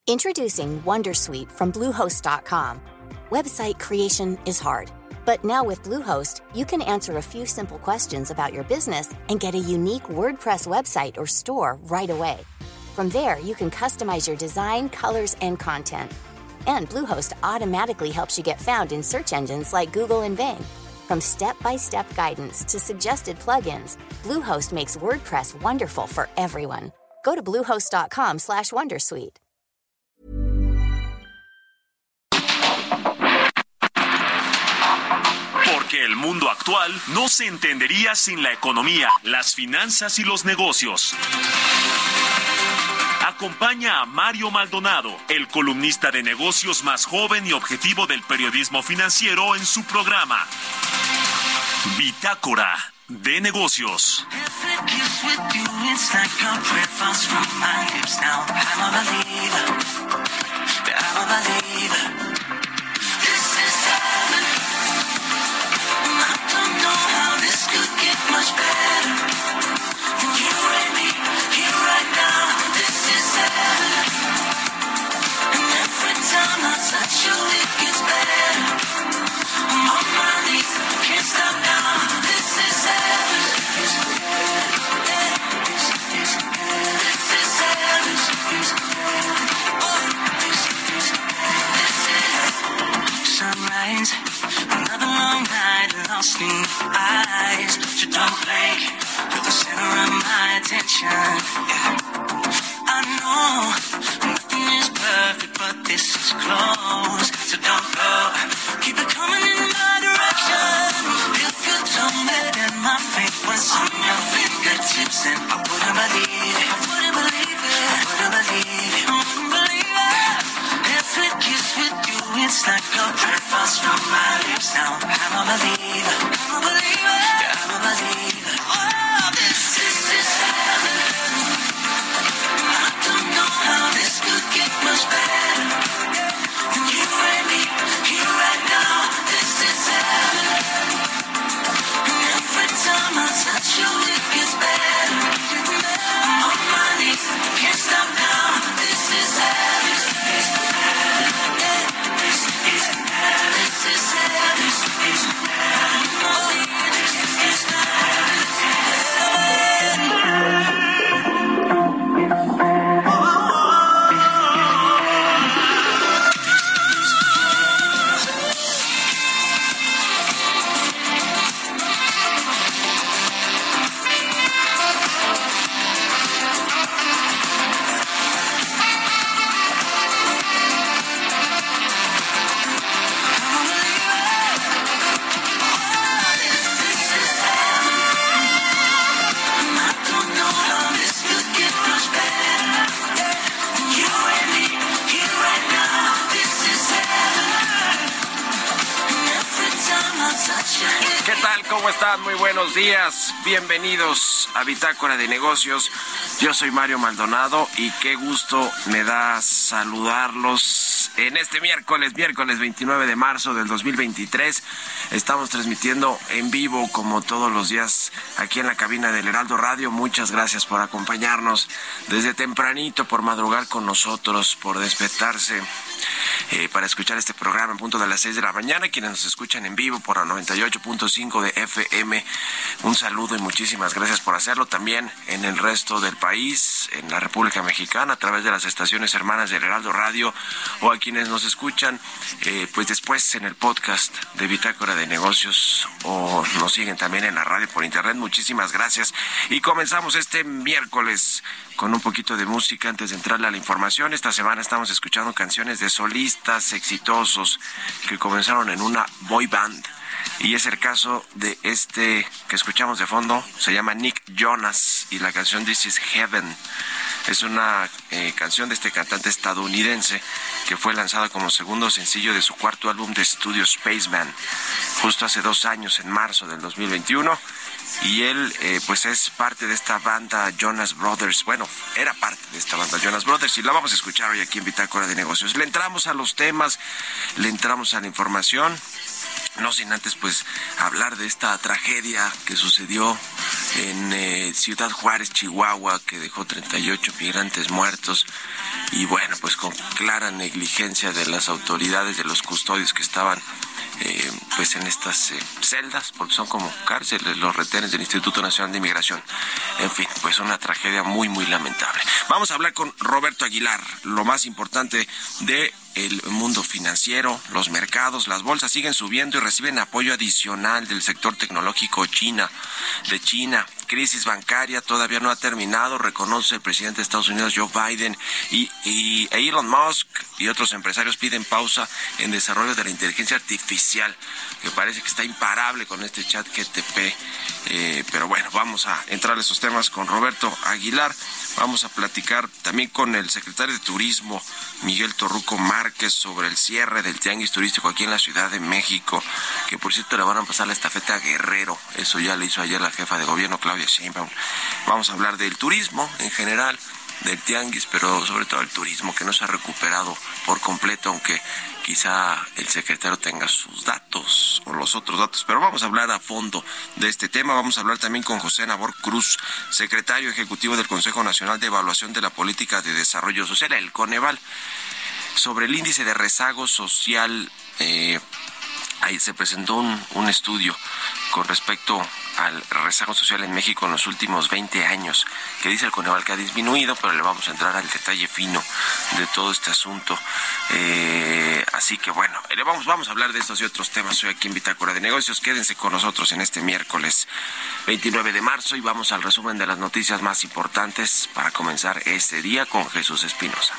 Introducing Wondersuite from Bluehost.com. Website creation is hard, but now with Bluehost, you can answer a few simple questions about your business and get a unique WordPress website or store right away. From there, you can customize your design, colors, and content. And Bluehost automatically helps you get found in search engines like Google and Bing. From step-by-step guidance to suggested plugins, Bluehost makes WordPress wonderful for everyone. Go to bluehost.com/wondersuite. Porque el mundo actual no se entendería sin la economía, las finanzas y los negocios. Acompaña a Mario Maldonado, el columnista de negocios más joven y objetivo del periodismo financiero, en su programa Bitácora de Negocios. Another long night lost in eyes. So don't blink, you're the center of my attention. Yeah. I know nothing is perfect, but this is close. So don't go, keep it coming in my direction. If you told me that my fate was on your fingertips, then I wouldn't believe it. I wouldn't believe it. I wouldn't believe it. I wouldn't believe it. Every kiss with you, it's like a prayer falls from my lips. Now I'm a believer. I'm a believer. Yeah, I'm a believer. Oh, this is heaven. I don't know how this could get much better than you and me here right now. This is heaven. And every time I touch you, it gets better. I'm on my knees, can't stop now. This is heaven. ¿Qué tal? ¿Cómo están? Muy buenos días. Bienvenidos a Bitácora de Negocios. Yo soy Mario Maldonado y qué gusto me da saludarlos en este miércoles 29 de marzo del 2023. Estamos transmitiendo en vivo como todos los días aquí en la cabina del Heraldo Radio. Muchas gracias por acompañarnos desde tempranito, por madrugar con nosotros, por despertarse para escuchar este programa en punto de las 6 de la mañana. Quienes nos escuchan en vivo por la 98.5 de FM, un saludo y muchísimas gracias por hacerlo. También en el resto del país, en la República Mexicana, a través de las estaciones hermanas del Heraldo Radio, o a quienes nos escuchan pues después en el podcast de Bitácora de Negocios, o nos siguen también en la radio por internet. Muchísimas gracias. Y comenzamos este miércoles con un poquito de música antes de entrarle a la información. Esta semana estamos escuchando canciones de solistas exitosos que comenzaron en una boy band. Y es el caso de este que escuchamos de fondo. Se llama Nick Jonas y la canción This Is Heaven. Es una canción de este cantante estadounidense que fue lanzada como segundo sencillo de su cuarto álbum de estudio Spaceman, justo hace 2 años, en marzo del 2021. Y él pues es parte de esta banda Jonas Brothers. Bueno, era parte de esta banda Jonas Brothers y la vamos a escuchar hoy aquí en Bitácora de Negocios. Le entramos a los temas, le entramos a la información, no sin antes pues hablar de esta tragedia que sucedió en Ciudad Juárez, Chihuahua, que dejó 38 migrantes muertos. Y bueno, pues con clara negligencia de las autoridades, de los custodios que estaban pues en estas celdas, porque son como cárceles, los retenes del Instituto Nacional de Inmigración. En fin, pues una tragedia muy, muy lamentable. Vamos a hablar con Roberto Aguilar, lo más importante de el mundo financiero. Los mercados, las bolsas siguen subiendo y reciben apoyo adicional del sector tecnológico de China. Crisis bancaria todavía no ha terminado, reconoce el presidente de Estados Unidos, Joe Biden, y Elon Musk y otros empresarios piden pausa en desarrollo de la inteligencia artificial, que parece que está imparable con este chat GTP. Pero bueno, vamos a entrar a esos temas con Roberto Aguilar. Vamos a platicar también con el secretario de Turismo, Miguel Torruco Márquez, sobre el cierre del tianguis turístico aquí en la Ciudad de México, que por cierto le van a pasar la estafeta a Guerrero. Eso ya le hizo ayer la jefa de gobierno, Claudia Sheinbaum. Vamos a hablar del turismo en general, del tianguis, pero sobre todo el turismo, que no se ha recuperado por completo, aunque quizá el secretario tenga sus datos o los otros datos, pero vamos a hablar a fondo de este tema. Vamos a hablar también con José Nabor Cruz, secretario ejecutivo del Consejo Nacional de Evaluación de la Política de Desarrollo Social, el Coneval, sobre el índice de rezago social. Ahí se presentó un estudio con respecto al rezago social en México en los últimos 20 años, que dice el Coneval que ha disminuido, pero le vamos a entrar al detalle fino de todo este asunto. Así que bueno, vamos a hablar de estos y otros temas hoy aquí en Bitácora de Negocios. Quédense con nosotros en este miércoles 29 de marzo y vamos al resumen de las noticias más importantes para comenzar este día con Jesús Espinosa.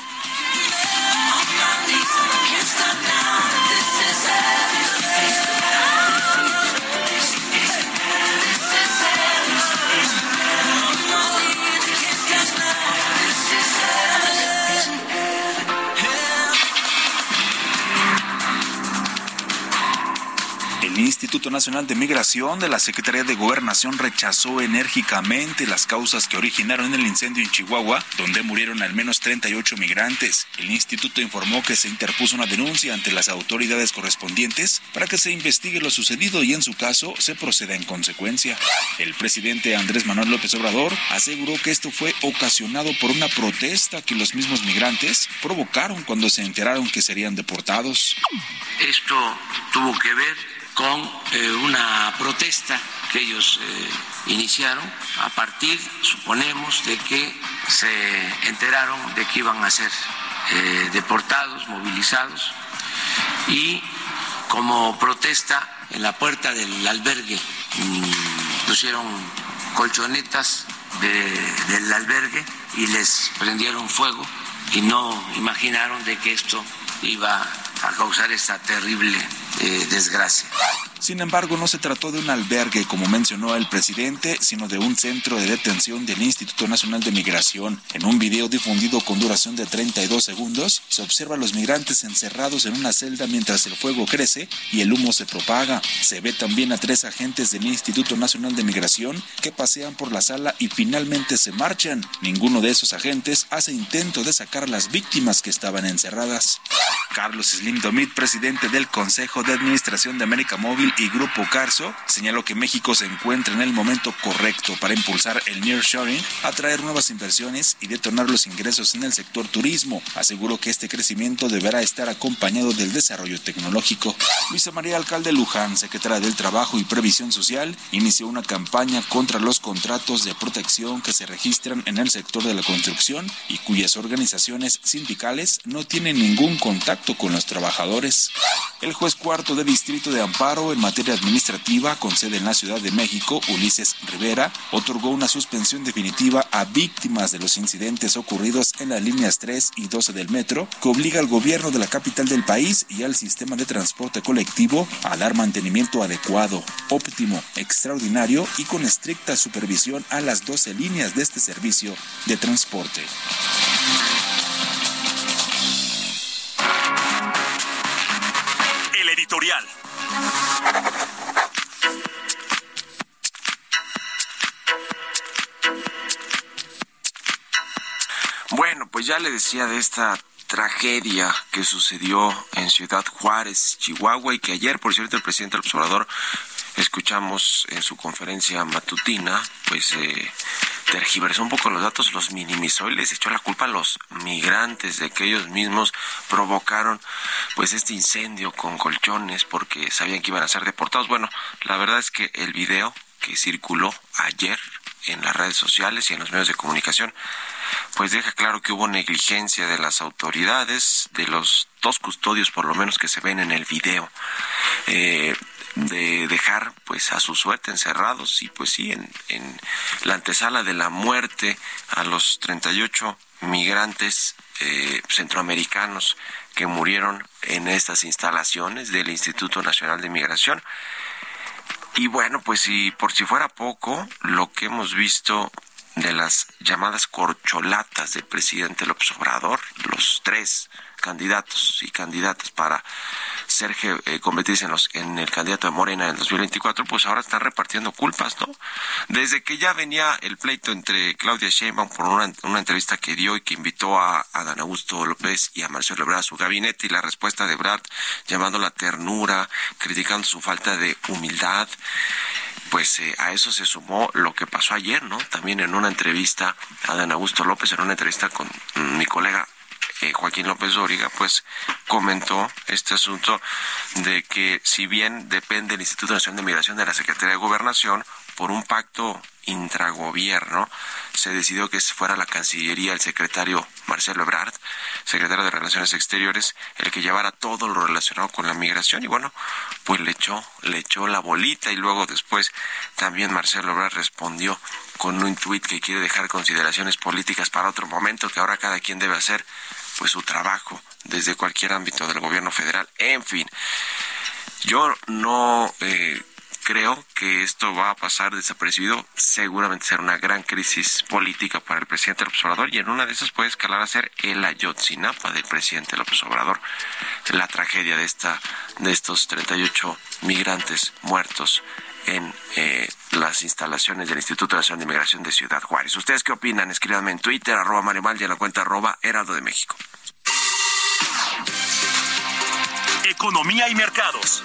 El Instituto Nacional de Migración de la Secretaría de Gobernación rechazó enérgicamente las causas que originaron el incendio en Chihuahua, donde murieron al menos 38 migrantes. El instituto informó que se interpuso una denuncia ante las autoridades correspondientes para que se investigue lo sucedido y en su caso se proceda en consecuencia. El presidente Andrés Manuel López Obrador aseguró que esto fue ocasionado por una protesta que los mismos migrantes provocaron cuando se enteraron que serían deportados. Esto tuvo que ver con una protesta que ellos iniciaron a partir, suponemos, de que se enteraron de que iban a ser deportados, movilizados, y como protesta en la puerta del albergue pusieron colchonetas del albergue y les prendieron fuego y no imaginaron de que esto iba a causar esta terrible desgracia. Sin embargo, no se trató de un albergue, como mencionó el presidente, sino de un centro de detención del Instituto Nacional de Migración. En un video difundido con duración de 32 segundos, se observa a los migrantes encerrados en una celda mientras el fuego crece y el humo se propaga. Se ve también a 3 agentes del Instituto Nacional de Migración que pasean por la sala y finalmente se marchan. Ninguno de esos agentes hace intento de sacar a las víctimas que estaban encerradas. Carlos Slim Domit, presidente del Consejo de Administración de América Móvil y Grupo Carso, señaló que México se encuentra en el momento correcto para impulsar el nearshoring, atraer nuevas inversiones y detonar los ingresos en el sector turismo. Aseguró que este crecimiento deberá estar acompañado del desarrollo tecnológico. Luisa María Alcalde Luján, secretaria del Trabajo y Previsión Social, inició una campaña contra los contratos de protección que se registran en el sector de la construcción y cuyas organizaciones sindicales no tienen ningún contacto con los trabajadores. El juez cuarto de distrito de amparo en materia administrativa con sede en la Ciudad de México, Ulises Rivera, otorgó una suspensión definitiva a víctimas de los incidentes ocurridos en las líneas 3 y 12 del metro, que obliga al gobierno de la capital del país y al sistema de transporte colectivo a dar mantenimiento adecuado, óptimo, extraordinario y con estricta supervisión a las 12 líneas de este servicio de transporte. El editorial. Bueno, pues ya le decía de esta tragedia que sucedió en Ciudad Juárez, Chihuahua, y que ayer, por cierto, el presidente López Obrador escuchamos en su conferencia matutina, pues tergiversó un poco los datos, los minimizó y les echó la culpa a los migrantes de que ellos mismos provocaron pues este incendio con colchones porque sabían que iban a ser deportados. Bueno, la verdad es que el video que circuló ayer en las redes sociales y en los medios de comunicación pues deja claro que hubo negligencia de las autoridades, de los 2 custodios por lo menos que se ven en el video, de dejar pues a su suerte encerrados y pues sí en la antesala de la muerte a los 38 migrantes centroamericanos que murieron en estas instalaciones del Instituto Nacional de Migración. Y bueno, pues por si fuera poco, lo que hemos visto de las llamadas corcholatas del presidente López Obrador, los 3 candidatos y candidatas para convertirse en el candidato de Morena en el 2024, pues ahora están repartiendo culpas, ¿no? Desde que ya venía el pleito entre Claudia Sheinbaum por una entrevista que dio y que invitó a Adán Augusto López y a Marcelo Ebrard a su gabinete, y la respuesta de Ebrard llamándola ternura, criticando su falta de humildad. Pues a eso se sumó lo que pasó ayer, ¿no? También en una entrevista a Adán Augusto López, en una entrevista con mi colega Joaquín López Dóriga, pues comentó este asunto de que si bien depende el Instituto Nacional de Migración de la Secretaría de Gobernación, por un pacto intragobierno se decidió que fuera la Cancillería, el secretario Marcelo Ebrard, secretario de Relaciones Exteriores, el que llevara todo lo relacionado con la migración. Y bueno, pues le echó la bolita, y luego después también Marcelo Ebrard respondió con un tuit que quiere dejar consideraciones políticas para otro momento, que ahora cada quien debe hacer pues su trabajo desde cualquier ámbito del gobierno federal. En fin, yo no creo que esto va a pasar desapercibido. Seguramente será una gran crisis política para el presidente López Obrador, y en una de esas puede escalar a ser el Ayotzinapa del presidente López Obrador, la tragedia de estos 38 migrantes muertos en las instalaciones del Instituto Nacional de Migración de Ciudad Juárez. ¿Ustedes qué opinan? Escríbanme en Twitter, @MarioMal, y en la cuenta @Heraldo de México. Economía y mercados.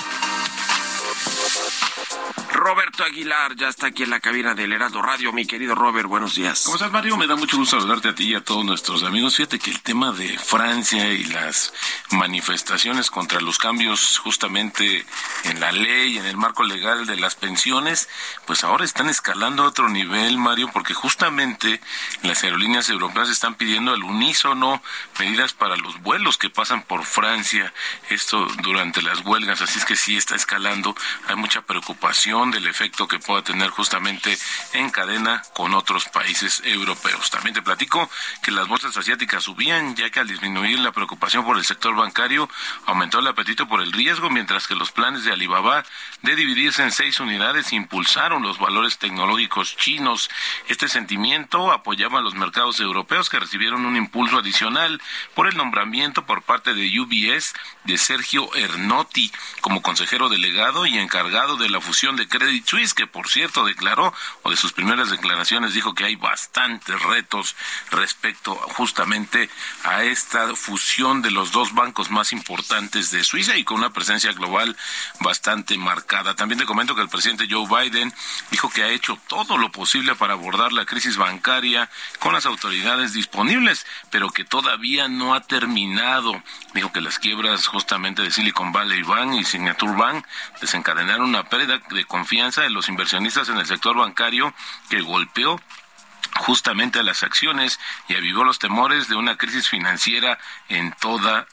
Roberto Aguilar ya está aquí en la cabina del Heraldo Radio. Mi querido Robert, buenos días. ¿Cómo estás, Mario? Me da mucho gusto saludarte a ti y a todos nuestros amigos. Fíjate que el tema de Francia y las manifestaciones contra los cambios justamente en la ley, en el marco legal de las pensiones, pues ahora están escalando a otro nivel, Mario, porque justamente las aerolíneas europeas están pidiendo al unísono medidas para los vuelos que pasan por Francia, esto durante las huelgas, así es que sí está escalando. Hay mucha preocupación del efecto que pueda tener justamente en cadena con otros países europeos. También te platico que las bolsas asiáticas subían, ya que al disminuir la preocupación por el sector bancario, aumentó el apetito por el riesgo, mientras que los planes de Alibaba de dividirse en 6 unidades impulsaron los valores tecnológicos chinos. Este sentimiento apoyaba a los mercados europeos, que recibieron un impulso adicional por el nombramiento por parte de UBS de Sergio Ernotti como consejero delegado y encargado de la fusión de Credit Suisse, que por cierto declaró, o de sus primeras declaraciones dijo que hay bastantes retos respecto justamente a esta fusión de los 2 bancos más importantes de Suiza y con una presencia global bastante marcada. También te comento que el presidente Joe Biden dijo que ha hecho todo lo posible para abordar la crisis bancaria con las autoridades disponibles, pero que todavía no ha terminado. Dijo que las quiebras justamente de Silicon Valley Bank y Signature Bank desencadenaron una pérdida de confianza de los inversionistas en el sector bancario, que golpeó justamente a las acciones y avivó los temores de una crisis financiera en toda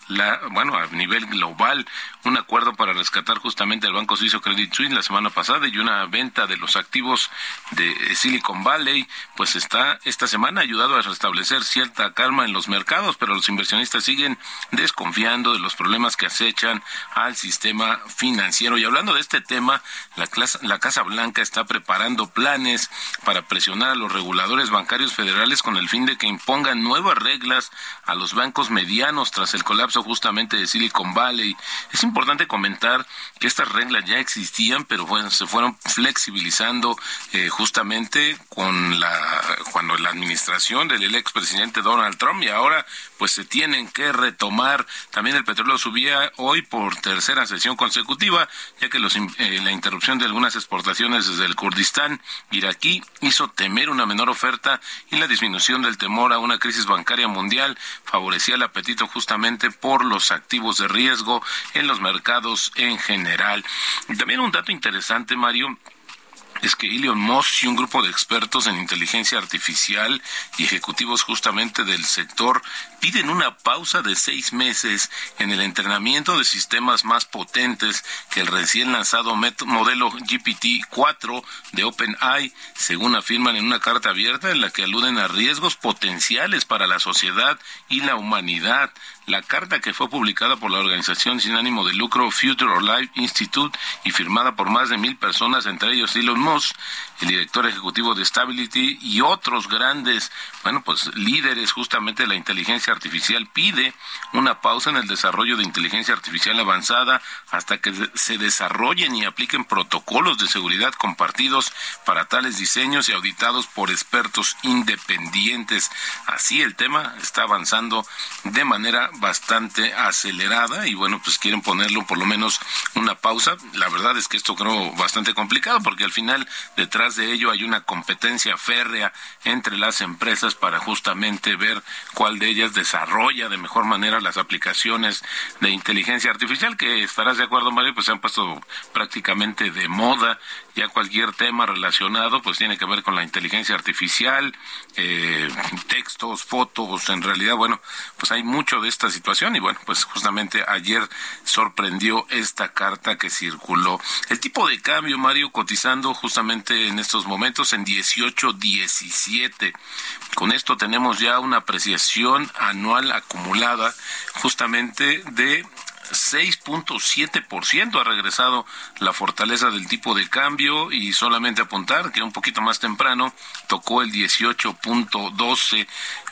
a nivel global. Un acuerdo para rescatar justamente al banco suizo Credit Suisse la semana pasada y una venta de los activos de Silicon Valley, pues esta semana ha ayudado a restablecer cierta calma en los mercados, pero los inversionistas siguen desconfiando de los problemas que acechan al sistema financiero. Y hablando de este tema, la Casa Blanca está preparando planes para presionar a los reguladores bancarios federales con el fin de que impongan nuevas reglas a los bancos medianos tras el colapso justamente de Silicon Valley. Es importante comentar que estas reglas ya existían, pero se fueron flexibilizando justamente cuando la administración del expresidente Donald Trump, y ahora pues pues se tienen que retomar. También el petróleo subía hoy por tercera sesión consecutiva, ya que la interrupción de algunas exportaciones desde el Kurdistán iraquí hizo temer una menor oferta, y la disminución del temor a una crisis bancaria mundial favorecía el apetito justamente por los activos de riesgo en los mercados en general. Y también un dato interesante, Mario, es que Elon Musk y un grupo de expertos en inteligencia artificial y ejecutivos justamente del sector piden una pausa de 6 meses en el entrenamiento de sistemas más potentes que el recién lanzado modelo GPT-4 de OpenAI, según afirman en una carta abierta en la que aluden a riesgos potenciales para la sociedad y la humanidad. La carta, que fue publicada por la organización sin ánimo de lucro Future of Life Institute y firmada por más de 1,000 personas, entre ellos Elon Musk, el director ejecutivo de Stability y otros grandes, líderes justamente de la inteligencia artificial, pide una pausa en el desarrollo de inteligencia artificial avanzada hasta que se desarrollen y apliquen protocolos de seguridad compartidos para tales diseños y auditados por expertos independientes. Así el tema está avanzando de manera bastante acelerada y quieren ponerlo por lo menos una pausa. La verdad es que esto creo bastante complicado, porque al final detrás de ello hay una competencia férrea entre las empresas para justamente ver cuál de ellas desarrolla de mejor manera las aplicaciones de inteligencia artificial, que estarás de acuerdo, Mario, pues se han puesto prácticamente de moda. Ya cualquier tema relacionado pues tiene que ver con la inteligencia artificial, textos, fotos, en realidad, pues hay mucho de esta situación y pues justamente ayer sorprendió esta carta que circuló. El tipo de cambio, Mario, cotizando justamente en estos momentos en 18.17. Con esto tenemos ya una apreciación anual acumulada justamente de 6.7%. Ha regresado la fortaleza del tipo de cambio, y solamente apuntar que un poquito más temprano tocó el 18.12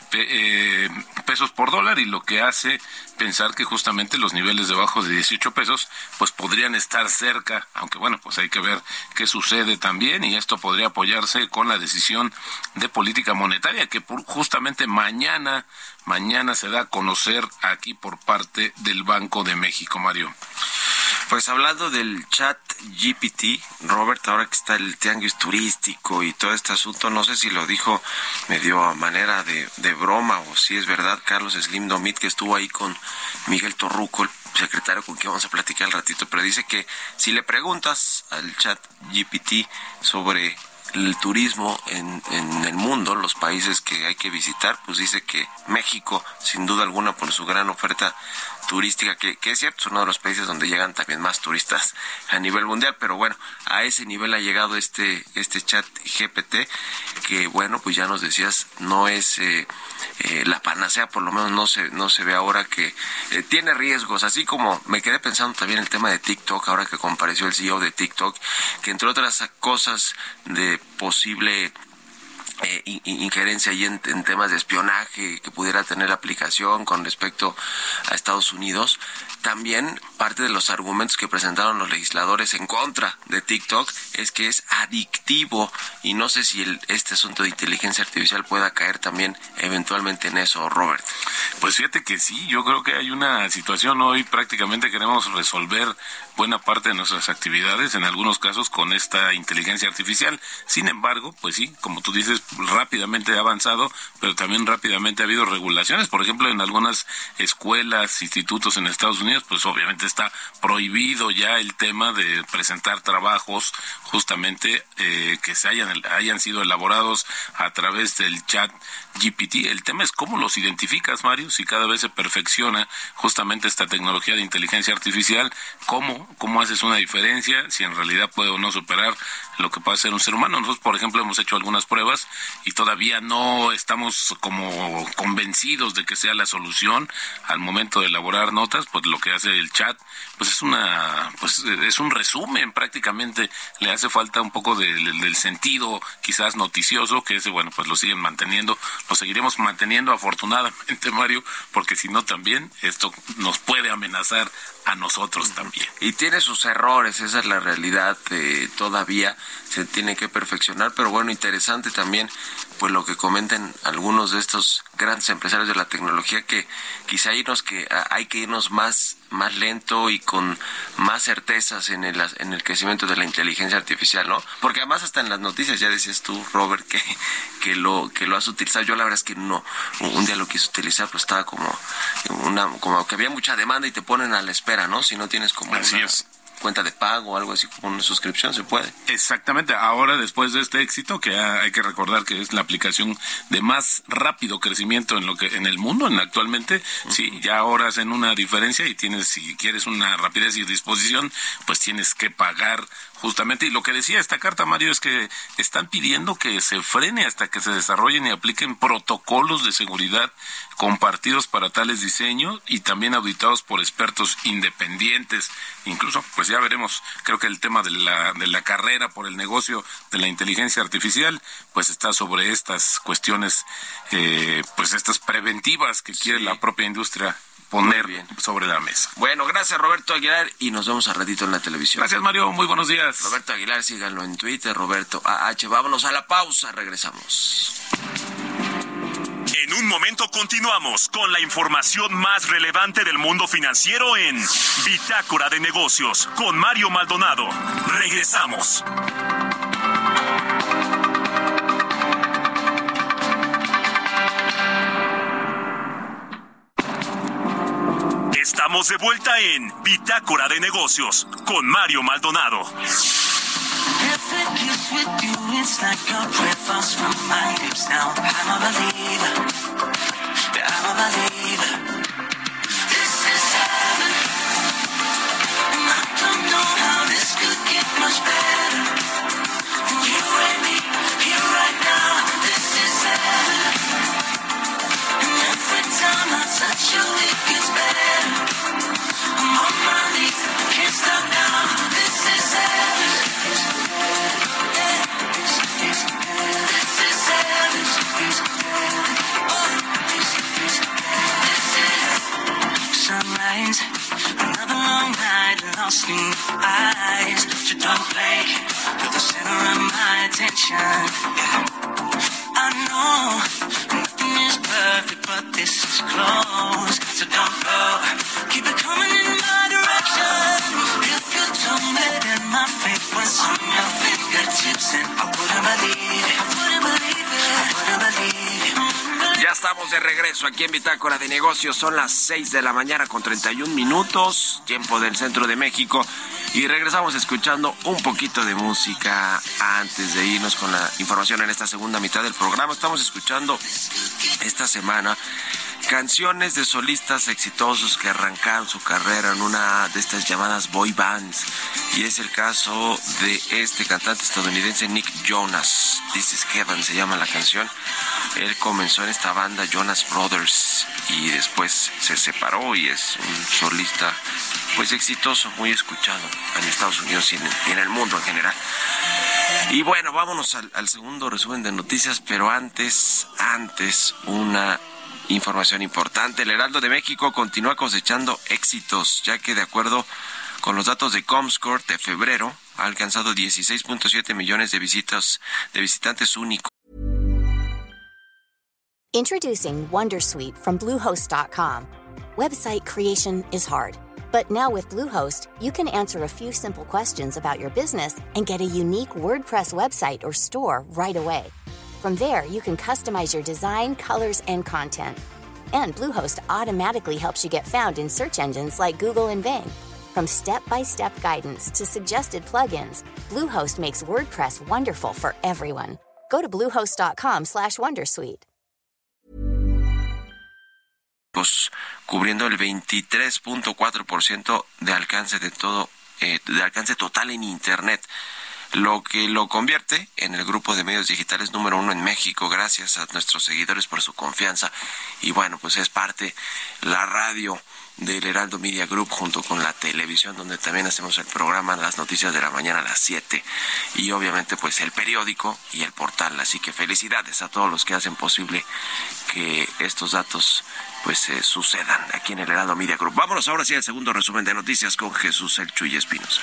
pesos por dólar, y lo que hace pensar que justamente los niveles debajo de 18 pesos pues podrían estar cerca, aunque pues hay que ver qué sucede también, y esto podría apoyarse con la decisión de política monetaria que justamente mañana se da a conocer aquí por parte del Banco de México, Mario. Pues hablando del chat GPT, Robert, ahora que está el tianguis turístico y todo este asunto, no sé si lo dijo medio a manera de broma o si es verdad Carlos Slim Domit, que estuvo ahí con Miguel Torruco, el secretario con quien vamos a platicar al ratito, pero dice que si le preguntas al chat GPT sobre el turismo en el mundo, los países que hay que visitar, pues dice que México, sin duda alguna, por su gran oferta turística, que es cierto, es uno de los países donde llegan también más turistas a nivel mundial, pero a ese nivel ha llegado este chat GPT, que pues ya nos decías, no es la panacea, por lo menos no se ve ahora que tiene riesgos, así como me quedé pensando también el tema de TikTok, ahora que compareció el CEO de TikTok, que entre otras cosas de posible injerencia ahí en temas de espionaje que pudiera tener la aplicación con respecto a Estados Unidos. También parte de los argumentos que presentaron los legisladores en contra de TikTok es que es adictivo, y no sé si este asunto de inteligencia artificial pueda caer también eventualmente en eso, Robert. Pues fíjate que sí, yo creo que hay una situación hoy, prácticamente queremos resolver buena parte de nuestras actividades, en algunos casos con esta inteligencia artificial. Sin embargo, pues sí, como tú dices, rápidamente ha avanzado, pero también rápidamente ha habido regulaciones. Por ejemplo, en algunas escuelas, institutos en Estados Unidos, pues obviamente está prohibido ya el tema de presentar trabajos justamente que hayan sido elaborados a través del chat GPT. El tema es cómo los identificas, Mario, si cada vez se perfecciona justamente esta tecnología de inteligencia artificial, cómo haces una diferencia, si en realidad puede o no superar lo que puede ser un ser humano. Nosotros, por ejemplo, hemos hecho algunas pruebas y todavía no estamos como convencidos de que sea la solución al momento de elaborar notas. Pues lo que hace el chat, pues es un resumen prácticamente. Le hace falta un poco del sentido quizás noticioso, que ese, bueno, pues lo siguen manteniendo, lo seguiremos manteniendo afortunadamente, Mario, porque si no también esto nos puede amenazar a nosotros también. Y tiene sus errores, esa es la realidad, todavía se tiene que perfeccionar, pero bueno, interesante también pues lo que comentan algunos de estos grandes empresarios de la tecnología, que quizá hay que irnos más lento y con más certezas en el crecimiento de la inteligencia artificial, ¿no? Porque además hasta en las noticias ya decías tú, Robert, que lo has utilizado. Yo la verdad es que no, un día lo quise utilizar, pues estaba como que había mucha demanda y te ponen a la espera, ¿no? Si no tienes como cuenta de pago o algo así como una suscripción, se puede. Exactamente. Ahora, después de este éxito, que hay que recordar que es la aplicación de más rápido crecimiento en el mundo actualmente, sí, ya ahora hacen una diferencia y si quieres una rapidez y disposición, pues tienes que pagar justamente. Y lo que decía esta carta, Mario, es que están pidiendo que se frene hasta que se desarrollen y apliquen protocolos de seguridad compartidos para tales diseños y también auditados por expertos independientes. Incluso, pues ya veremos, creo que el tema de la carrera por el negocio de la inteligencia artificial, pues está sobre estas cuestiones, pues estas preventivas que quiere la propia industria poner sobre la mesa. Bueno, gracias Roberto Aguilar y nos vemos a ratito en la televisión. Gracias, Mario, muy buenos días. Roberto Aguilar, síganlo en Twitter, Roberto AH. Vámonos a la pausa, regresamos. En un momento continuamos con la información más relevante del mundo financiero en Bitácora de Negocios con Mario Maldonado. Regresamos. Estamos de vuelta en Bitácora de Negocios con Mario Maldonado. Another long night, lost in your eyes. So don't blink, you're the center of my attention. Yeah. I know nothing is perfect, but this is close. So don't go, keep it coming in my direction. If you told me that my faith was on your fingertips, and I wouldn't believe it. I wouldn't believe it. I wouldn't believe it. Ya estamos de regreso aquí en Bitácora de Negocios. Son las 6 de la mañana con 31 minutos, tiempo del centro de México. Y regresamos escuchando un poquito de música antes de irnos con la información en esta segunda mitad del programa. Estamos escuchando esta semana canciones de solistas exitosos que arrancaron su carrera en una de estas llamadas boy bands. Y es el caso de este cantante estadounidense Nick Jonas. This is Heaven se llama la canción. Él comenzó en esta banda Jonas Brothers y después se separó y es un solista pues exitoso, muy escuchado en Estados Unidos y en el mundo en general. Y bueno, vámonos al segundo resumen de noticias, pero antes una información importante. El Heraldo de México continúa cosechando éxitos, ya que de acuerdo con los datos de Comscore de febrero ha alcanzado 16.7 millones de visitantes únicos. Introducing Wondersuite from Bluehost.com. Website creation is hard, but now with Bluehost, you can answer a few simple questions about your business and get a unique WordPress website or store right away. From there, you can customize your design, colors, and content. And Bluehost automatically helps you get found in search engines like Google and Bing. From step-by-step guidance to suggested plugins, Bluehost makes WordPress wonderful for everyone. Go to bluehost.com/wondersuite. Cubriendo el 23.4% de alcance de alcance total en Internet, lo que lo convierte en el grupo de medios digitales número 1 en México. Gracias a nuestros seguidores por su confianza. Y bueno, pues es parte la radio del Heraldo Media Group junto con la televisión, donde también hacemos el programa Las Noticias de la Mañana a las 7 y obviamente pues el periódico y el portal. Así que felicidades a todos los que hacen posible que estos datos pues sucedan aquí en el Heraldo Media Group. Vámonos ahora sí al segundo resumen de noticias con Jesús El Chuy Espinosa.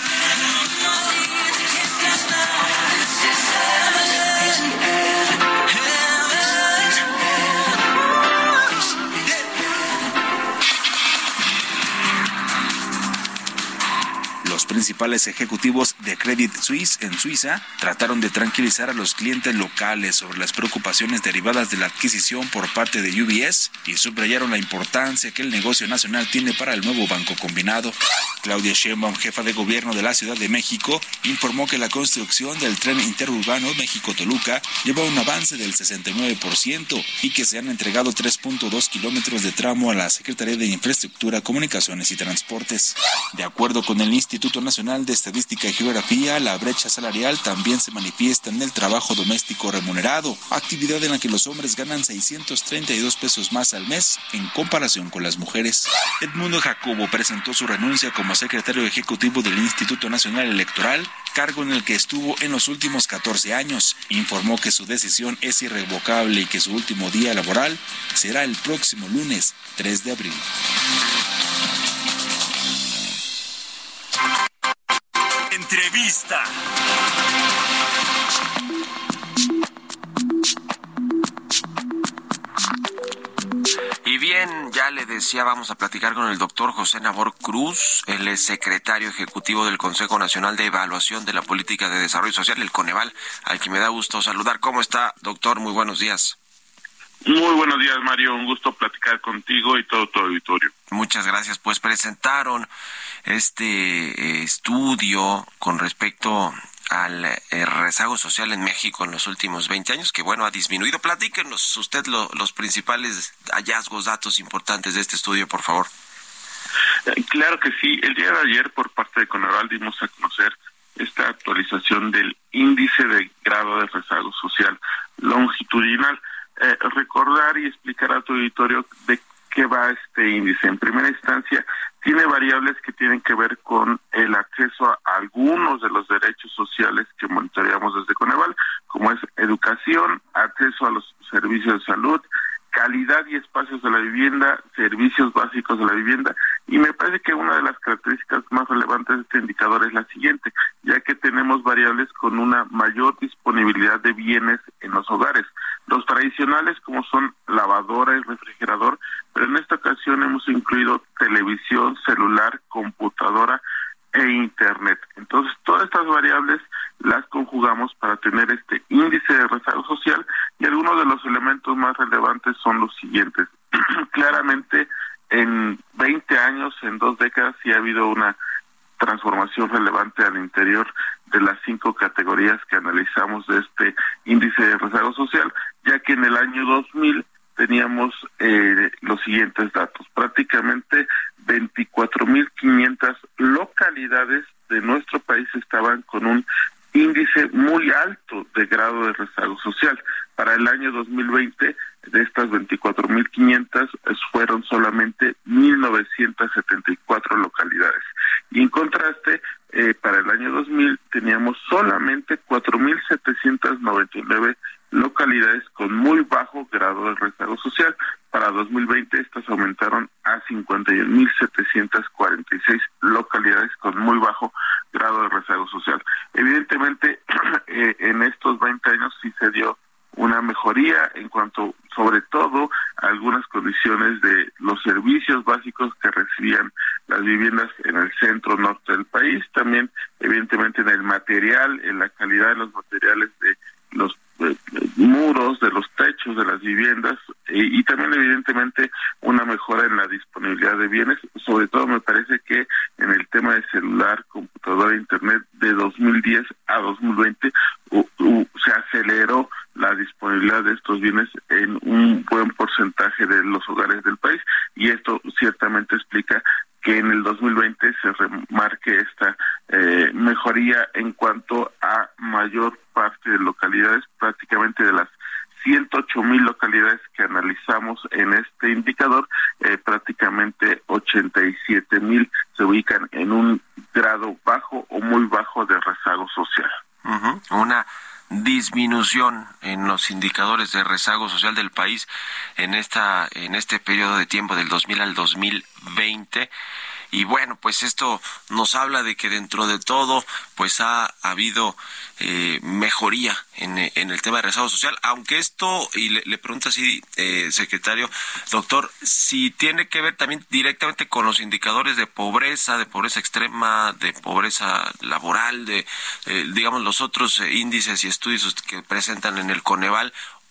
Los principales ejecutivos de Credit Suisse en Suiza trataron de tranquilizar a los clientes locales sobre las preocupaciones derivadas de la adquisición por parte de UBS y subrayaron la importancia que el negocio nacional tiene para el nuevo banco combinado. Claudia Sheinbaum, jefa de gobierno de la Ciudad de México, informó que la construcción del tren interurbano México-Toluca lleva un avance del 69% y que se han entregado 3.2 kilómetros de tramo a la Secretaría de Infraestructura, Comunicaciones y Transportes. De acuerdo con el Instituto Nacional de Estadística y Geografía, la brecha salarial también se manifiesta en el trabajo doméstico remunerado, actividad en la que los hombres ganan 632 pesos más al mes en comparación con las mujeres. Edmundo Jacobo presentó su renuncia como secretario ejecutivo del Instituto Nacional Electoral, cargo en el que estuvo en los últimos 14 años. Informó que su decisión es irrevocable y que su último día laboral será el próximo lunes 3 de abril. Entrevista. Y bien, ya le decía, vamos a platicar con el doctor José Nabor Cruz. Él es secretario ejecutivo del Consejo Nacional de Evaluación de la Política de Desarrollo Social, el Coneval, al que me da gusto saludar. ¿Cómo está, doctor? Muy buenos días. Muy buenos días, Mario. Un gusto platicar contigo y todo tu auditorio. Muchas gracias. Pues presentaron este estudio con respecto al rezago social en México en los últimos 20 años, que bueno, ha disminuido. Platíquenos usted los principales hallazgos, datos importantes de este estudio, por favor. Claro que sí. El día de ayer, por parte de Coneval, dimos a conocer esta actualización del índice de grado de rezago social longitudinal. Recordar y explicar a tu auditorio de qué va este índice. En primera instancia, tiene variables que tienen que ver con el acceso a algunos de los derechos sociales que monitoreamos desde Coneval, como es educación, acceso a los servicios de salud, calidad y espacios de la vivienda, servicios básicos de la vivienda, y me parece que una de las características más relevantes de este indicador es la siguiente, ya que tenemos variables con una mayor disponibilidad de bienes en los hogares. Los tradicionales, como son lavadora y refrigerador, pero en esta ocasión hemos incluido televisión, celular, computadora e internet. Entonces, todas estas variables las conjugamos para tener este índice de rezago social, y algunos de los elementos más relevantes son los siguientes. Claramente, en 20 años, en 2 décadas, sí ha habido una transformación relevante al interior de las 5 categorías que analizamos de este índice de rezago social, ya que en el año 2000 teníamos los siguientes datos. Prácticamente 24.500 localidades de nuestro país estaban con un índice muy alto de grado de rezago social. Para el año 2020, de estas 24.500, fueron solamente 1.974 localidades. Y en contraste, para el año 2000 teníamos solamente 4.799 localidades con muy bajo grado de rezago social. Para 2020 estas aumentaron a 51.746 localidades con muy bajo grado de rezago social. Evidentemente, en estos 20 años sí se dio una mejoría en cuanto, sobre todo, a algunas condiciones de los servicios básicos que recibían las viviendas en el centro norte del país, también evidentemente en el material, en la calidad de los materiales de los muros, de los techos de las viviendas, y también evidentemente una mejora en la disponibilidad de bienes. Sobre todo me parece que en el tema de celular, computadora e internet, de 2010 a 2020 se aceleró la disponibilidad de estos bienes en un buen porcentaje de los hogares del país, y esto ciertamente explica que en el 2020 se remarque esta mejoría en cuanto a mayor parte de localidades, prácticamente de las 108,000 localidades que analizamos en este indicador, prácticamente 87,000 se ubican en un grado bajo o muy bajo de rezago social. Una disminución en los indicadores de rezago social del país en este periodo de tiempo del 2000 al 2020. Y bueno, pues esto nos habla de que dentro de todo pues ha habido mejoría en el tema de rezago social, aunque esto, y le pregunto así, secretario, doctor, si tiene que ver también directamente con los indicadores de pobreza extrema, de pobreza laboral, de digamos los otros índices y estudios que presentan en el Coneval,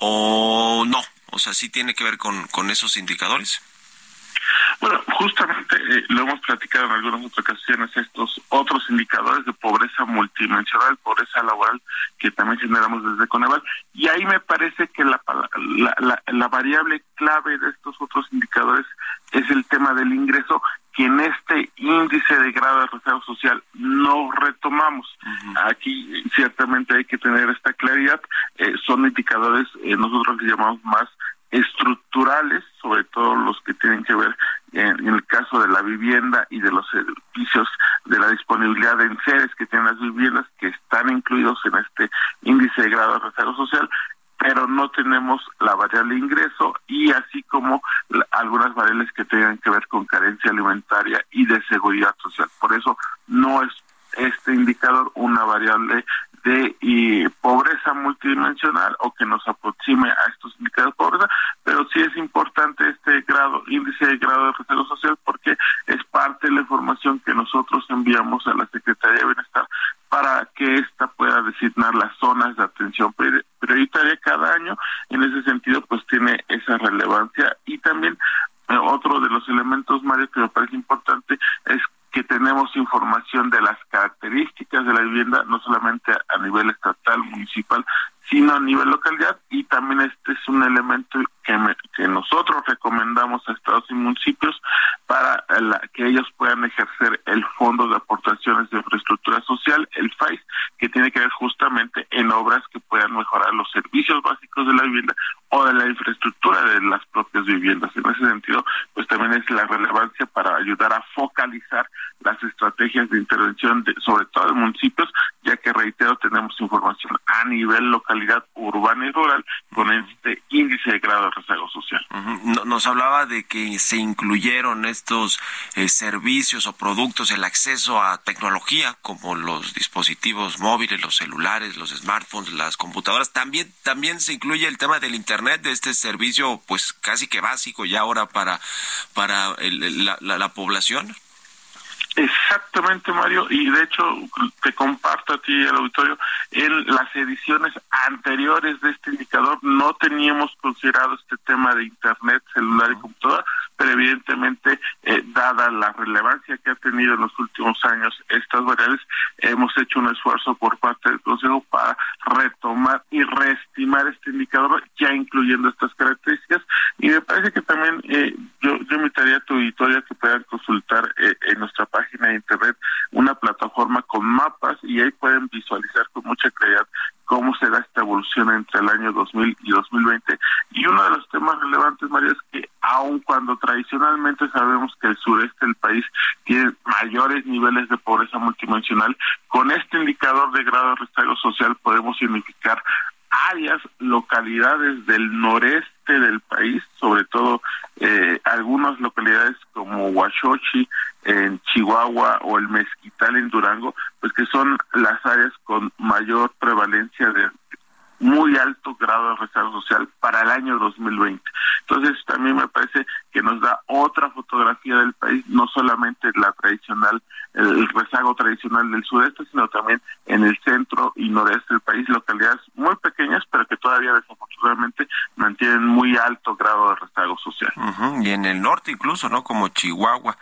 o no, o sea, sí tiene que ver con esos indicadores. Bueno, justamente lo hemos platicado en algunas otras ocasiones, estos otros indicadores de pobreza multidimensional, pobreza laboral, que también generamos desde Coneval, y ahí me parece que la variable clave de estos otros indicadores es el tema del ingreso, que en este índice de grado de rezago social no retomamos. Aquí ciertamente hay que tener esta claridad, son indicadores, nosotros les llamamos más estructurales, sobre todo los que tienen que ver en el caso de la vivienda y de los servicios de la disponibilidad de enseres que tienen las viviendas, que están incluidos en este índice de grado de rezago social, pero no tenemos la variable ingreso y así como algunas variables que tengan que ver con carencia alimentaria y de seguridad social. Por eso no es este indicador una variable de pobreza multidimensional o que nos aproxime a estos indicadores de pobreza, pero sí es importante este índice de grado de rezago social, porque es parte de la información que nosotros enviamos a la Secretaría de Bienestar para que ésta pueda designar las zonas de atención prioritaria cada año. En ese sentido, pues tiene esa relevancia. Y también otro de los elementos, Mario, que me parece importante es que tenemos información de las características de la vivienda, no solamente a nivel estatal, municipal, sino a nivel localidad, y también este es un elemento que nosotros recomendamos a estados y municipios para que ellos puedan ejercer el Fondo de Aportaciones de Infraestructura Social, el FAIS, que tiene que ver justamente en obras que puedan mejorar los servicios básicos de la vivienda o de la infraestructura de las propias viviendas. En ese sentido, pues también es la relevancia para ayudar a focalizar las estrategias de intervención, sobre todo en municipios, ya que, reitero, tenemos información a nivel localidad urbana y rural con este índice de grado de rezago social. Nos hablaba de que se incluyeron estos servicios o productos, el acceso a tecnología, como los dispositivos móviles, los celulares, los smartphones, las computadoras. También se incluye el tema del Internet, de este servicio pues casi que básico ya ahora para la población. Exactamente, Mario, y de hecho te comparto a ti y al auditorio, en las ediciones anteriores de este indicador no teníamos considerado este tema de Internet, celular y computadora, pero evidentemente, dada la relevancia que ha tenido en los últimos años estas variables, hemos hecho un esfuerzo por parte del Consejo para retomar y reestimar este indicador, ya incluyendo estas características, y me parece que también yo invitaría a tu auditorio a que puedan consultar en nuestra página de internet una plataforma con mapas, y ahí pueden visualizar con mucha claridad cómo se da esta evolución entre el año 2000 y 2020. Y uno de los temas relevantes, María, es que aun cuando tradicionalmente sabemos que el sureste del país tiene mayores niveles de pobreza multidimensional, con este indicador de grado de rezago social podemos significar áreas, localidades del noreste del país, sobre todo algunas localidades como Huachochi en Chihuahua o el Mezquital en Durango, pues que son las áreas con mayor prevalencia de muy alto grado de rezago social para el año 2020. Entonces también me parece que nos da otra fotografía del país, no solamente la tradicional, el rezago tradicional del sureste, sino también en el centro y noreste del país, localidades muy pequeñas, pero que todavía desafortunadamente mantienen muy alto grado de rezago social. Y en el norte incluso, ¿no? Como Chihuahua.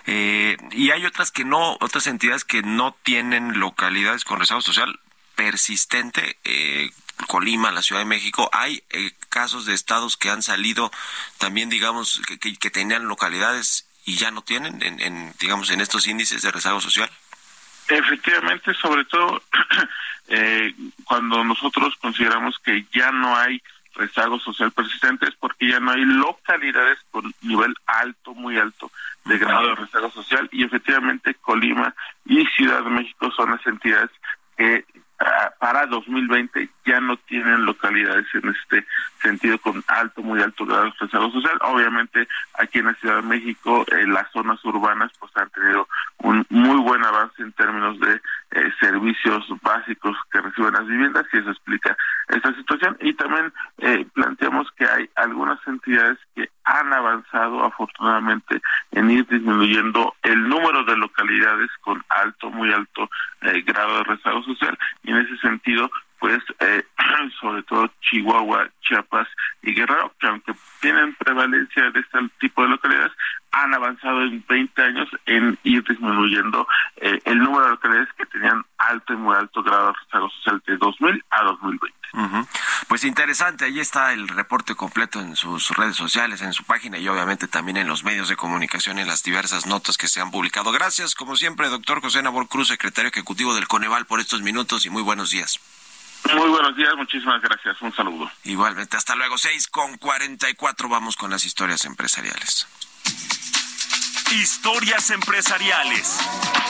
Y hay otras entidades que no tienen localidades con rezago social persistente, Colima, la Ciudad de México. Hay casos de estados que han salido también, digamos, que tenían localidades y ya no tienen digamos, en estos índices de rezago social. Efectivamente, sobre todo cuando nosotros consideramos que ya no hay rezago social persistente es porque ya no hay localidades con nivel alto, muy alto de grado de rezago social, y efectivamente Colima y Ciudad de México son las entidades que para 2020 ya no tienen localidades en este sentido con alto, muy alto grado de rezago social. Obviamente aquí en la Ciudad de México, las zonas urbanas pues han tenido un muy buen avance en términos de servicios básicos que reciben las viviendas, y eso explica esta situación. Y también planteamos que hay algunas entidades que han avanzado afortunadamente en ir disminuyendo el número de localidades con alto, muy alto grado de rezago social, y en ese sentido pues sobre todo Chihuahua, Chiapas y Guerrero, que aunque tienen prevalencia de este tipo de localidades, han avanzado en 20 años en ir disminuyendo el número de localidades que tenían alto y muy alto grado de rezago social de 2000 a 2020. Pues interesante, ahí está el reporte completo en sus redes sociales, en su página, y obviamente también en los medios de comunicación, en las diversas notas que se han publicado. Gracias, como siempre, doctor José Nabor Cruz, secretario ejecutivo del Coneval, por estos minutos, y muy buenos días. Muy buenos días, muchísimas gracias, un saludo. Igualmente, hasta luego. 6:44, vamos con las historias empresariales. Historias empresariales.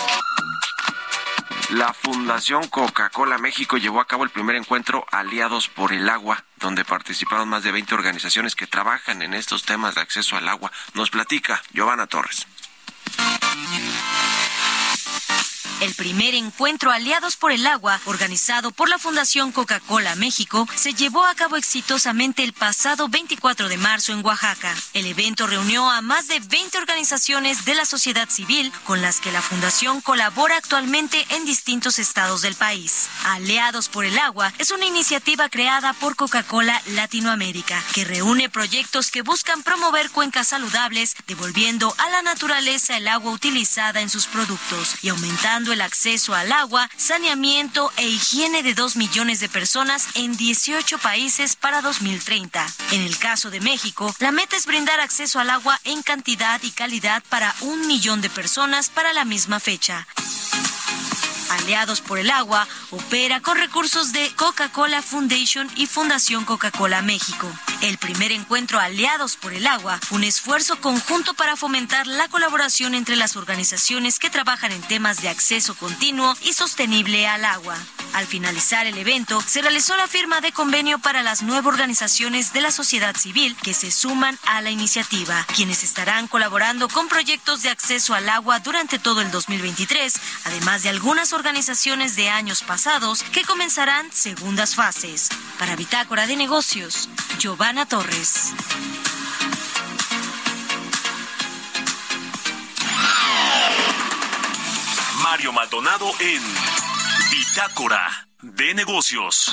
La Fundación Coca-Cola México llevó a cabo el primer encuentro Aliados por el Agua, donde participaron más de 20 organizaciones que trabajan en estos temas de acceso al agua. Nos platica Giovanna Torres. El primer encuentro Aliados por el Agua, organizado por la Fundación Coca-Cola México, se llevó a cabo exitosamente el pasado 24 de marzo en Oaxaca. El evento reunió a más de 20 organizaciones de la sociedad civil con las que la Fundación colabora actualmente en distintos estados del país. Aliados por el Agua es una iniciativa creada por Coca-Cola Latinoamérica, que reúne proyectos que buscan promover cuencas saludables, devolviendo a la naturaleza el agua utilizada en sus productos y aumentando el acceso al agua, saneamiento e higiene de 2 millones de personas en 18 países para 2030. En el caso de México, la meta es brindar acceso al agua en cantidad y calidad para 1 millón de personas para la misma fecha. Aliados por el Agua opera con recursos de Coca-Cola Foundation y Fundación Coca-Cola México. El primer encuentro Aliados por el Agua, un esfuerzo conjunto para fomentar la colaboración entre las organizaciones que trabajan en temas de acceso continuo y sostenible al agua. Al finalizar el evento, se realizó la firma de convenio para las 9 organizaciones de la sociedad civil que se suman a la iniciativa, quienes estarán colaborando con proyectos de acceso al agua durante todo el 2023, además de algunas organizaciones de años pasados que comenzarán segundas fases. Para Bitácora de Negocios, Giovanna Torres. Mario Maldonado en Bitácora de Negocios.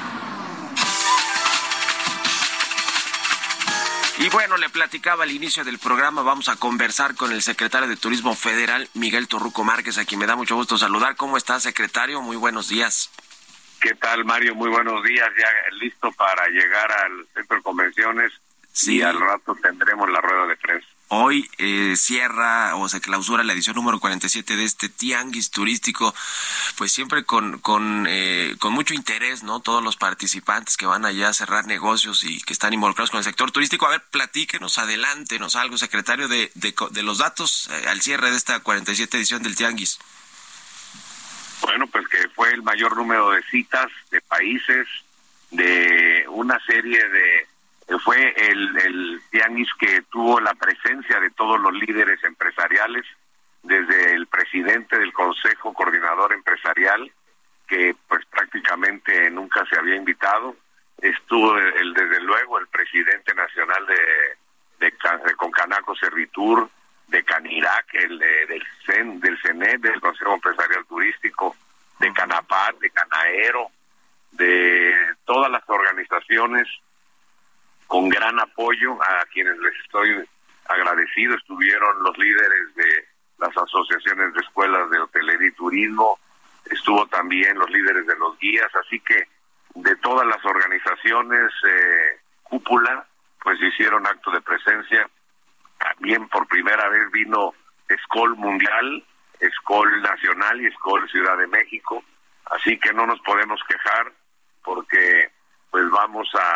Y bueno, le platicaba al inicio del programa, vamos a conversar con el secretario de Turismo Federal, Miguel Torruco Márquez, a quien me da mucho gusto saludar. ¿Cómo está, secretario? Muy buenos días. ¿Qué tal, Mario? Muy buenos días. Ya listo para llegar al centro de convenciones. Sí. Y al rato tendremos la rueda de prensa. Hoy cierra o se clausura la edición número 47 de este tianguis turístico, pues siempre con mucho interés, ¿no? Todos los participantes que van allá a cerrar negocios y que están involucrados con el sector turístico. A ver, platíquenos, adelántenos algo, secretario, de los datos al cierre de esta 47 edición del tianguis. Bueno, pues que fue el mayor número de citas, de países, de una serie de... Fue el tianguis que tuvo la presencia de todos los líderes empresariales, desde el presidente del Consejo Coordinador Empresarial, que pues prácticamente nunca se había invitado. Estuvo desde luego el presidente nacional de Concanaco Servitur, de Canirac, del CENET, del Consejo Empresarial Turístico, de Canapat, de Canaero, de todas las organizaciones, con gran apoyo a quienes les estoy agradecido. Estuvieron los líderes de las asociaciones de escuelas de hotelería y turismo, estuvo también los líderes de los guías, así que de todas las organizaciones cúpula, pues hicieron acto de presencia. También por primera vez vino Skol Mundial, Skol Nacional y Skol Ciudad de México, así que no nos podemos quejar porque pues vamos a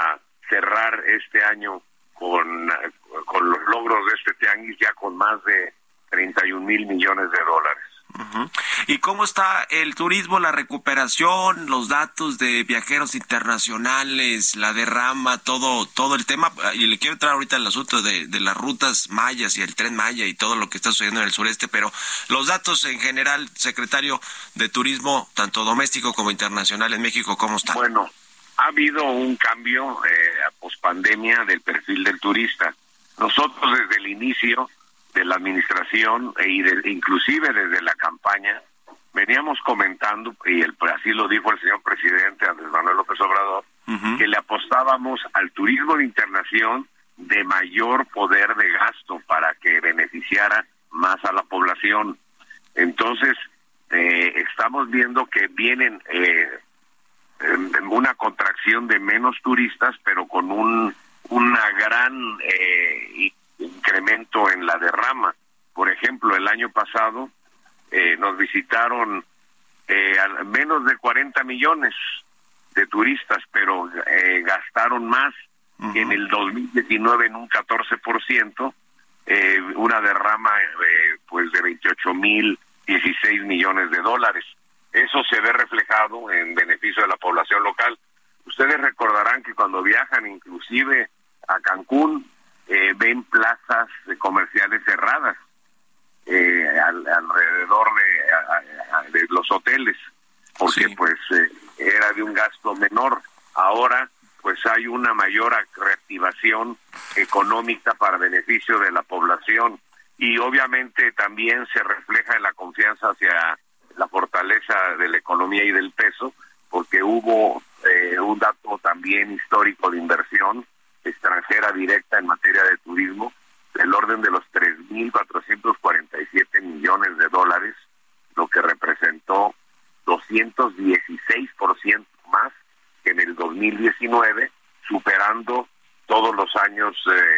cerrar este año con los logros de este tianguis ya con más de 31 mil millones de dólares. Uh-huh. ¿Y cómo está el turismo, la recuperación, los datos de viajeros internacionales, la derrama, todo el tema? Y le quiero entrar ahorita al asunto de las rutas mayas y el Tren Maya y todo lo que está sucediendo en el sureste, pero los datos en general, secretario de Turismo, tanto doméstico como internacional en México, ¿cómo están? Bueno, ha habido un cambio a pospandemia del perfil del turista. Nosotros desde el inicio de la administración inclusive desde la campaña veníamos comentando, y así lo dijo el señor presidente Andrés Manuel López Obrador, uh-huh, que le apostábamos al turismo de internación de mayor poder de gasto para que beneficiara más a la población. Entonces estamos viendo que vienen una contracción de menos turistas, pero con una gran incremento en la derrama. Por ejemplo, el año pasado nos visitaron menos de 40 millones de turistas, pero gastaron más, uh-huh, que en el 2019 en un 14%, una derrama pues de 28,016 millones de dólares. Eso se ve reflejado en beneficio de la población local. Ustedes recordarán que cuando viajan inclusive a Cancún, ven plazas comerciales cerradas alrededor de los hoteles, porque sí, pues era de un gasto menor. Ahora pues hay una mayor reactivación económica para beneficio de la población, y obviamente también se refleja en la confianza hacia la fortaleza de la economía y del peso, porque hubo un dato también histórico de inversión extranjera directa en materia de turismo del orden de los 3,447 millones de dólares, lo que representó 216% más que en el 2019, superando todos los años.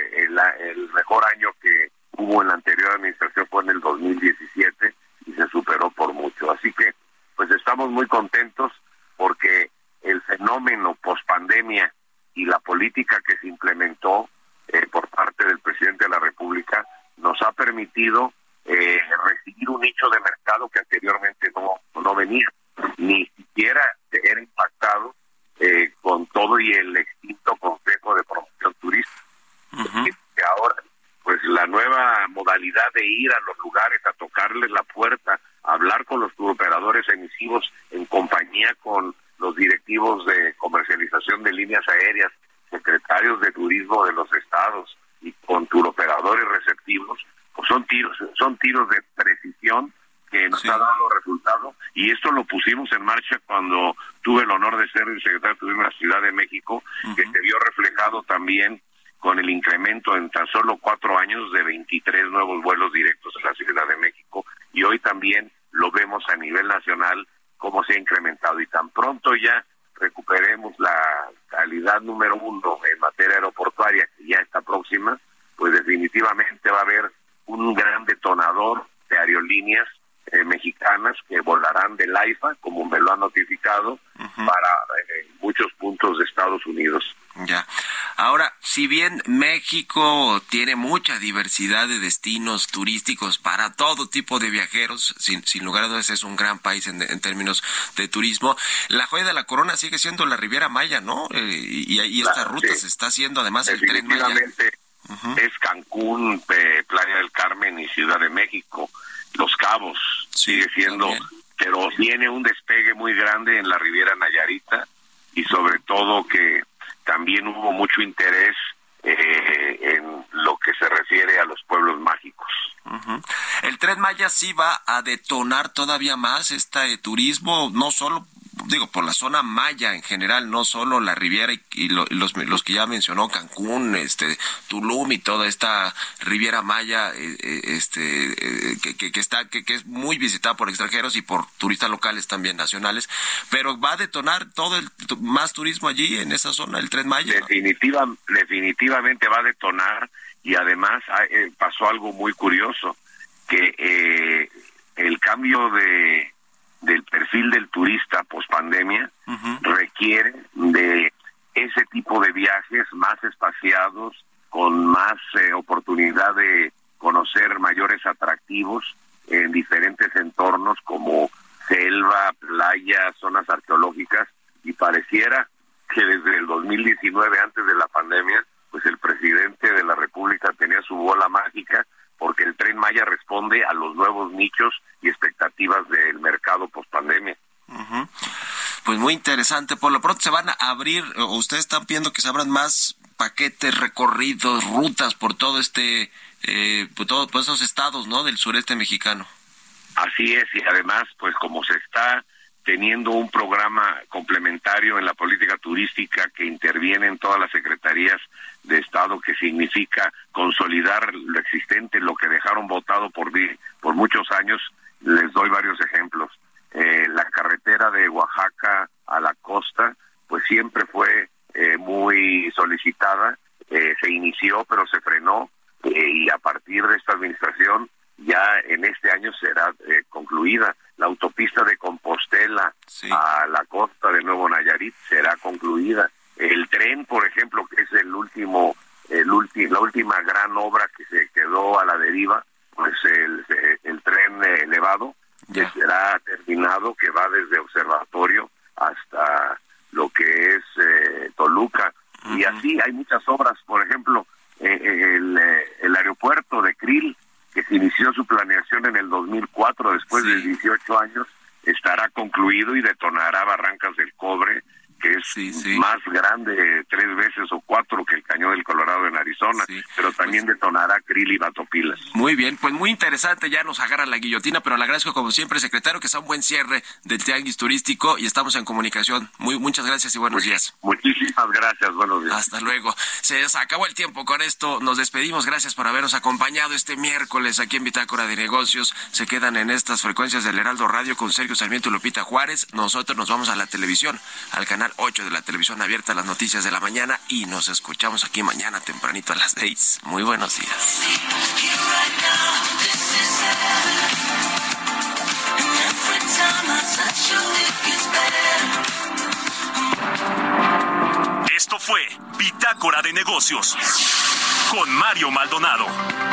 El mejor año que hubo en la anterior administración fue en el 2017 y se superó por mucho. Así que pues estamos muy contentos porque el fenómeno pospandemia y la política que se implementó por parte del presidente de la República nos ha permitido recibir un nicho de mercado que anteriormente no venía, ni siquiera era impactado con todo y el extinto Consejo de Promoción Turística. Uh-huh. Que ahora, pues la nueva modalidad de ir a los lugares, a tocarles la puerta, a hablar con los turoperadores emisivos en compañía con los directivos de comercialización de líneas aéreas, secretarios de turismo de los estados y con turoperadores receptivos, pues son tiros de precisión que nos, sí, ha dado resultado, y esto lo pusimos en marcha cuando tuve el honor de ser el secretario de Turismo de la Ciudad de México, uh-huh, que se vio reflejado también con el incremento en tan solo 4 años de 23 nuevos vuelos directos en la Ciudad de México, y hoy también lo vemos a nivel nacional cómo se ha incrementado, y tan pronto ya recuperemos la calidad número 1 en materia aeroportuaria, que ya está próxima, pues definitivamente va a haber un gran detonador de aerolíneas mexicanas que volarán del AIFA, como me lo han notificado, uh-huh, para muchos puntos de Estados Unidos. Ya. Ahora, si bien México tiene mucha diversidad de destinos turísticos para todo tipo de viajeros, sin lugar a dudas es un gran país en términos de turismo, la joya de la corona sigue siendo la Riviera Maya, ¿no? Y esta ruta, sí, se está haciendo además el Tren Maya. Uh-huh. Es Cancún, Playa del Carmen y Ciudad de México. Los Cabos, sí, sigue siendo, también, pero tiene un despegue muy grande en la Riviera Nayarita, y sobre todo que también hubo mucho interés en lo que se refiere a los pueblos mágicos. Uh-huh. ¿El Tren Maya sí va a detonar todavía más turismo, no solo, por la zona maya en general, no solo la Riviera y los que ya mencionó, Cancún, Tulum y toda esta Riviera Maya, que es muy visitada por extranjeros y por turistas locales también nacionales, pero va a detonar más turismo allí en esa zona, el Tren Maya? Definitivamente va a detonar, y además pasó algo muy curioso, que el cambio del perfil del turista pospandemia, uh-huh, requiere de ese tipo de viajes más espaciados, con más oportunidad de conocer mayores atractivos en diferentes entornos como selva, playa, zonas arqueológicas, y pareciera que desde el 2019, antes de la pandemia, pues el presidente de la República tenía su bola mágica, porque el Tren Maya responde a los nuevos nichos y expectativas del mercado post-pandemia. Uh-huh. Pues muy interesante. Por lo pronto se van a abrir, o ustedes están viendo que se abran más paquetes, recorridos, rutas por todo por esos estados, ¿no?, del sureste mexicano. Así es, y además, pues como se está teniendo un programa complementario en la política turística que interviene en todas las secretarías de Estado, que significa consolidar lo existente, lo que dejaron botado por muchos años. Les doy varios ejemplos. La carretera de Oaxaca a la costa, pues siempre fue muy solicitada, se inició pero se frenó, y a partir de esta administración ya en este año será concluida. La autopista de Compostela a la costa de Nuevo Nayarit será concluida. El tren, por ejemplo, que es la última gran obra que se quedó a la deriva, pues el tren elevado que será terminado, que va desde Observatorio hasta lo que es Toluca. Uh-huh. Y así hay muchas obras. Por ejemplo, el aeropuerto de Krill, que se inició su planeación en el 2004, después de 18 años, estará concluido y detonará Barrancas del Cobre, que es más grande 3 veces o 4 que el Cañón del Colorado en Arizona, pero también detonará Krill y Batopilas. Muy bien, pues muy interesante, ya nos agarra la guillotina, pero le agradezco como siempre, secretario, que sea un buen cierre del tianguis turístico y estamos en comunicación. Muchas gracias y buenos días. Muchísimas gracias, buenos días. Hasta luego. Se acabó el tiempo, con esto nos despedimos, gracias por habernos acompañado este miércoles aquí en Bitácora de Negocios. Se quedan en estas frecuencias del Heraldo Radio con Sergio Sarmiento y Lupita Juárez. Nosotros nos vamos a la televisión, al canal 8 de la televisión abierta, las noticias de la mañana, y nos escuchamos aquí mañana tempranito a las 6. Muy buenos días. Esto fue Bitácora de Negocios con Mario Maldonado.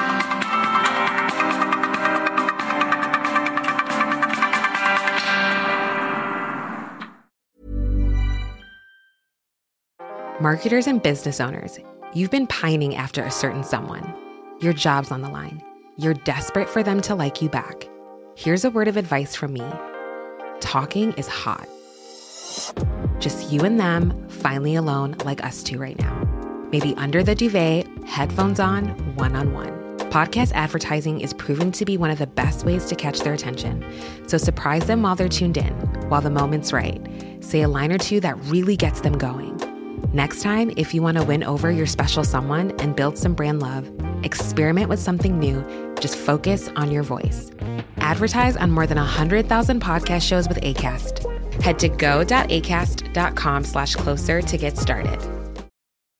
Marketers and business owners, you've been pining after a certain someone. Your job's on the line. You're desperate for them to like you back. Here's a word of advice from me. Talking is hot. Just you and them, finally alone, like us two right now. Maybe under the duvet, headphones on, one-on-one. Podcast advertising is proven to be one of the best ways to catch their attention. So surprise them while they're tuned in, while the moment's right. Say a line or two that really gets them going. Next time, if you want to win over your special someone and build some brand love, experiment with something new. Just focus on your voice. Advertise on more than 100,000 podcast shows with Acast. Head to go.acast.com/closer to get started.